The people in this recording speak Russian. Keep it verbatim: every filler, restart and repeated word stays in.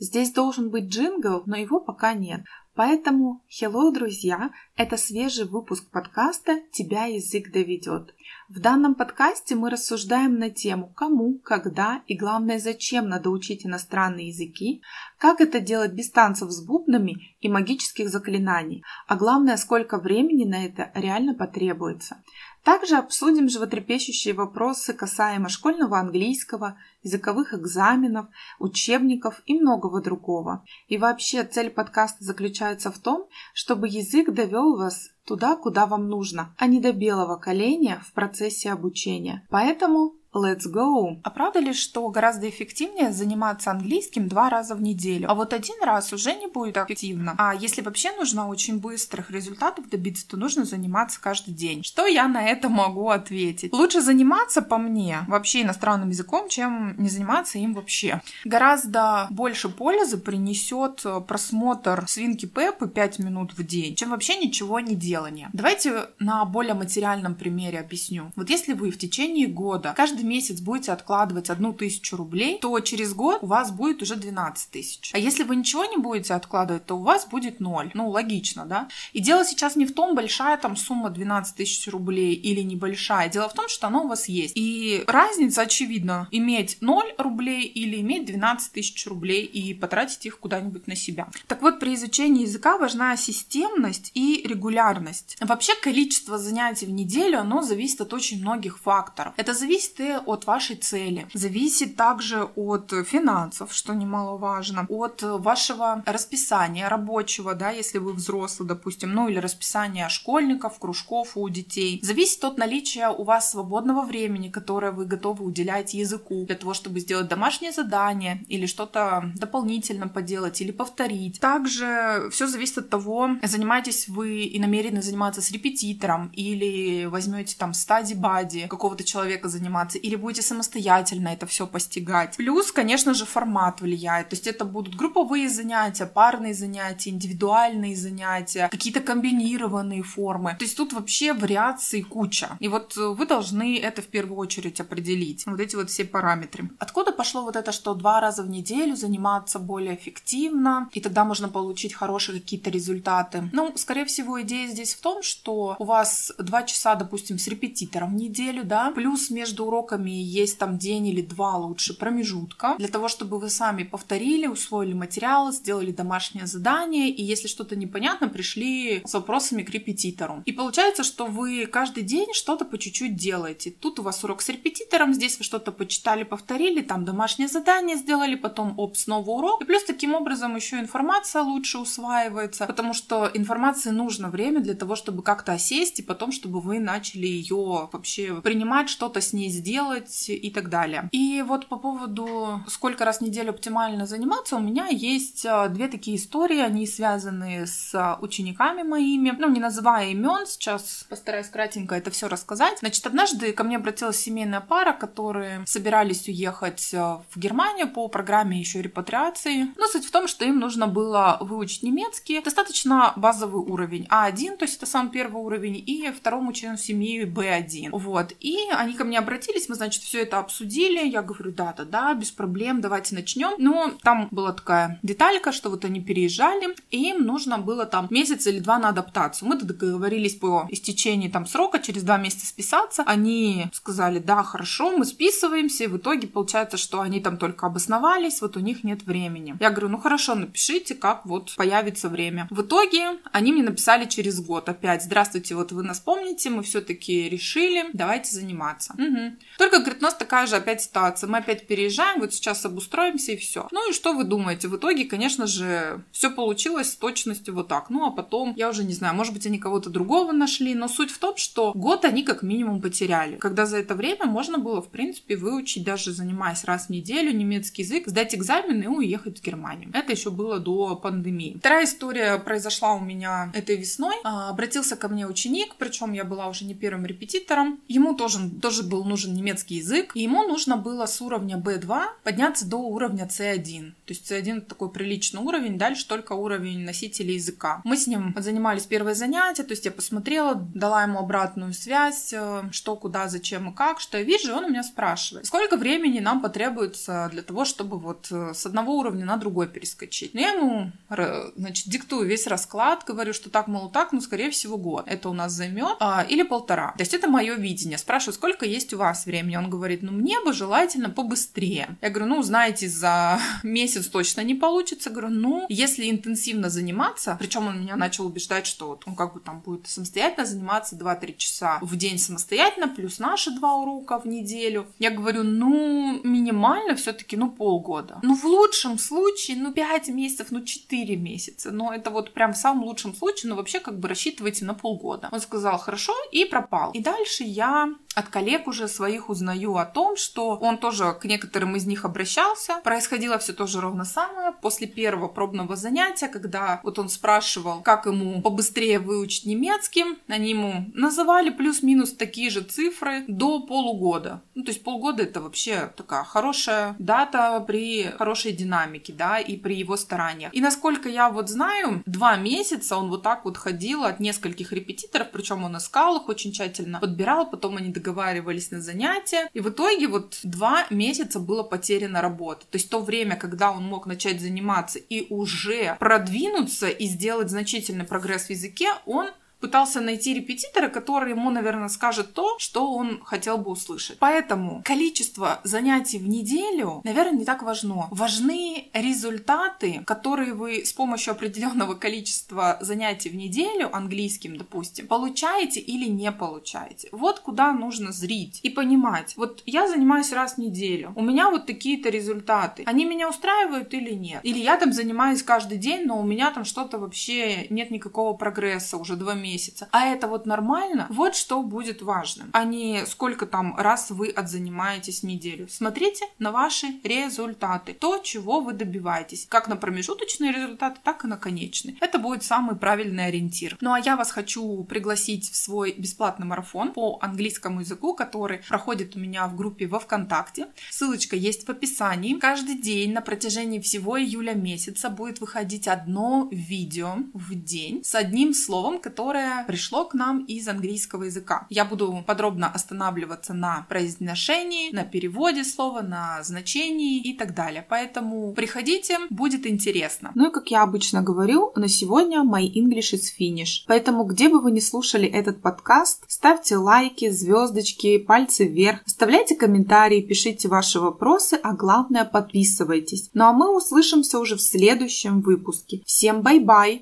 Здесь должен быть джингл, но его пока нет. Поэтому, hello, друзья, это свежий выпуск подкаста «Тебя язык доведет». В данном подкасте мы рассуждаем на тему, кому, когда и, главное, зачем надо учить иностранные языки, как это делать без танцев с бубнами и магических заклинаний, а главное, сколько времени на это реально потребуется. Также обсудим животрепещущие вопросы касаемо школьного английского, языковых экзаменов, учебников и многого другого. И вообще цель подкаста заключается в том, чтобы язык довел вас туда, куда вам нужно, а не до белого коленя в процессе обучения. Поэтому let's go! А правда ли, что гораздо эффективнее заниматься английским два раза в неделю? А вот один раз уже не будет эффективно. А если вообще нужно очень быстрых результатов добиться, то нужно заниматься каждый день. Что я на это могу ответить? Лучше заниматься, по мне, вообще иностранным языком, чем не заниматься им вообще. Гораздо больше пользы принесет просмотр свинки Пеппы пять минут в день, чем вообще ничего не делание. Давайте на более материальном примере объясню. Вот если вы в течение года каждый месяц будете откладывать одну тысячу рублей, то через год у вас будет уже двенадцать тысяч. А если вы ничего не будете откладывать, то у вас будет ноль. Ну, логично, да? И дело сейчас не в том, большая там сумма двенадцать тысяч рублей или небольшая. Дело в том, что она у вас есть. И разница очевидна. Иметь ноль рублей или иметь двенадцать тысяч рублей и потратить их куда-нибудь на себя. Так вот, при изучении языка важна системность и регулярность. Вообще, количество занятий в неделю, оно зависит от очень многих факторов. Это зависит и от вашей цели. Зависит также от финансов, что немаловажно, от вашего расписания рабочего, да, если вы взрослый, допустим, ну или расписания школьников, кружков у детей. Зависит от наличия у вас свободного времени, которое вы готовы уделять языку для того, чтобы сделать домашнее задание или что-то дополнительно поделать или повторить. Также все зависит от того, занимаетесь вы и намерены заниматься с репетитором или возьмете там стади-бади какого-то человека заниматься, или будете самостоятельно это все постигать. Плюс, конечно же, формат влияет. То есть это будут групповые занятия, парные занятия, индивидуальные занятия, какие-то комбинированные формы. То есть тут вообще вариаций куча. И вот вы должны это в первую очередь определить. Вот эти вот все параметры. Откуда пошло вот это, что два раза в неделю заниматься более эффективно, и тогда можно получить хорошие какие-то результаты? Ну, скорее всего, идея здесь в том, что у вас два часа, допустим, с репетитором в неделю, да, плюс между уроками есть там день или два лучше промежутка, для того, чтобы вы сами повторили, усвоили материал, сделали домашнее задание, и если что-то непонятно, пришли с вопросами к репетитору. И получается, что вы каждый день что-то по чуть-чуть делаете. Тут у вас урок с репетитором, здесь вы что-то почитали, повторили, там домашнее задание сделали, потом оп, снова урок. И плюс таким образом еще информация лучше усваивается, потому что информации нужно время для того, чтобы как-то осесть, и потом, чтобы вы начали ее вообще принимать, что-то с ней сделать, и так далее. И вот по поводу, сколько раз в неделю оптимально заниматься, у меня есть две такие истории, они связаны с учениками моими, ну, не называя имен, сейчас постараюсь кратенько это все рассказать. Значит, однажды ко мне обратилась семейная пара, которые собирались уехать в Германию по программе еще репатриации. Но суть в том, что им нужно было выучить немецкий, достаточно базовый уровень а один, то есть это самый первый уровень, и второму члену семьи бэ один. Вот. И они ко мне обратились, мы, значит, все это обсудили. Я говорю, да-да-да, без проблем, давайте начнем. Но там была такая деталька, что вот они переезжали, и им нужно было там месяц или два на адаптацию. Мы договорились по истечении там срока через два месяца списаться. Они сказали, да, хорошо, мы списываемся, и в итоге получается, что они там только обосновались, вот у них нет времени. Я говорю, ну хорошо, напишите, как вот появится время. В итоге они мне написали через год опять, здравствуйте, вот вы нас помните, мы все-таки решили, давайте заниматься. Угу. Только, говорит, у нас такая же опять ситуация. Мы опять переезжаем, вот сейчас обустроимся и все. Ну и что вы думаете? В итоге, конечно же, все получилось с точностью вот так. Ну а потом, я уже не знаю, может быть, они кого-то другого нашли, но суть в том, что год они как минимум потеряли. Когда за это время можно было, в принципе, выучить, даже занимаясь раз в неделю немецкий язык, сдать экзамен и уехать в Германию. Это еще было до пандемии. Вторая история произошла у меня этой весной. Обратился ко мне ученик, причем я была уже не первым репетитором. Ему тоже, тоже был нужен немецкий язык, и ему нужно было с уровня бэ два подняться до уровня цэ один. То То есть си один такой приличный уровень, дальше только уровень носителя языка. Мы с ним занимались первое занятие, то есть я посмотрела, дала ему обратную связь, что, куда, зачем и как, что я вижу, и он у меня спрашивает, сколько времени нам потребуется для того, чтобы вот с одного уровня на другой перескочить. Но я ему, значит, диктую весь расклад, говорю, что так, мол, так, ну, скорее всего, год. Это у нас займет а, или полтора. То есть это мое видение. Спрашиваю, сколько есть у вас времени? Он говорит, ну, мне бы желательно побыстрее. Я говорю, ну, знаете, за месяц точно не получится. Говорю, ну, если интенсивно заниматься, причем он меня начал убеждать, что вот он как бы там будет самостоятельно заниматься два-три часа в день самостоятельно, плюс наши два урока в неделю. Я говорю, ну, минимально все-таки, ну, полгода. Ну, в лучшем случае, ну, пять месяцев, ну, четыре месяца. Но это вот прям в самом лучшем случае, но вообще как бы рассчитывайте на полгода. Он сказал, хорошо, и пропал. И дальше я от коллег уже своих узнаю о том, что он тоже к некоторым из них обращался. Происходило все тоже ровно самое. После первого пробного занятия, когда вот он спрашивал, как ему побыстрее выучить немецкий, они ему называли плюс-минус такие же цифры до полугода. Ну, то есть полгода это вообще такая хорошая дата при хорошей динамике, да, и при его стараниях. И насколько я вот знаю, два месяца он вот так вот ходил от нескольких репетиторов, причем он искал их, очень тщательно подбирал, потом они договаривались на занятия. И в итоге вот два месяца было потеряно работа. То есть то время, когда он мог начать заниматься и уже продвинуться и сделать значительный прогресс в языке, он пытался найти репетитора, который ему, наверное, скажет то, что он хотел бы услышать. Поэтому количество занятий в неделю, наверное, не так важно. Важны результаты, которые вы с помощью определенного количества занятий в неделю, английским, допустим, получаете или не получаете. Вот куда нужно зрить и понимать. Вот я занимаюсь раз в неделю, у меня вот такие-то результаты. Они меня устраивают или нет? Или я там занимаюсь каждый день, но у меня там что-то вообще нет никакого прогресса уже два месяца. месяца. А это вот нормально? Вот что будет важным. А не сколько там раз вы отзанимаетесь в неделю. Смотрите на ваши результаты. То, чего вы добиваетесь. Как на промежуточные результаты, так и на конечные. Это будет самый правильный ориентир. Ну а я вас хочу пригласить в свой бесплатный марафон по английскому языку, который проходит у меня в группе во ВКонтакте. Ссылочка есть в описании. Каждый день на протяжении всего июля месяца будет выходить одно видео в день с одним словом, которое пришло к нам из английского языка. Я буду подробно останавливаться на произношении, на переводе слова, на значении и так далее. Поэтому приходите, будет интересно. Ну и как я обычно говорю, на сегодня my English is finished. Поэтому где бы вы ни слушали этот подкаст, ставьте лайки, звездочки, пальцы вверх, оставляйте комментарии, пишите ваши вопросы, а главное подписывайтесь. Ну а мы услышимся уже в следующем выпуске. Всем бай-бай!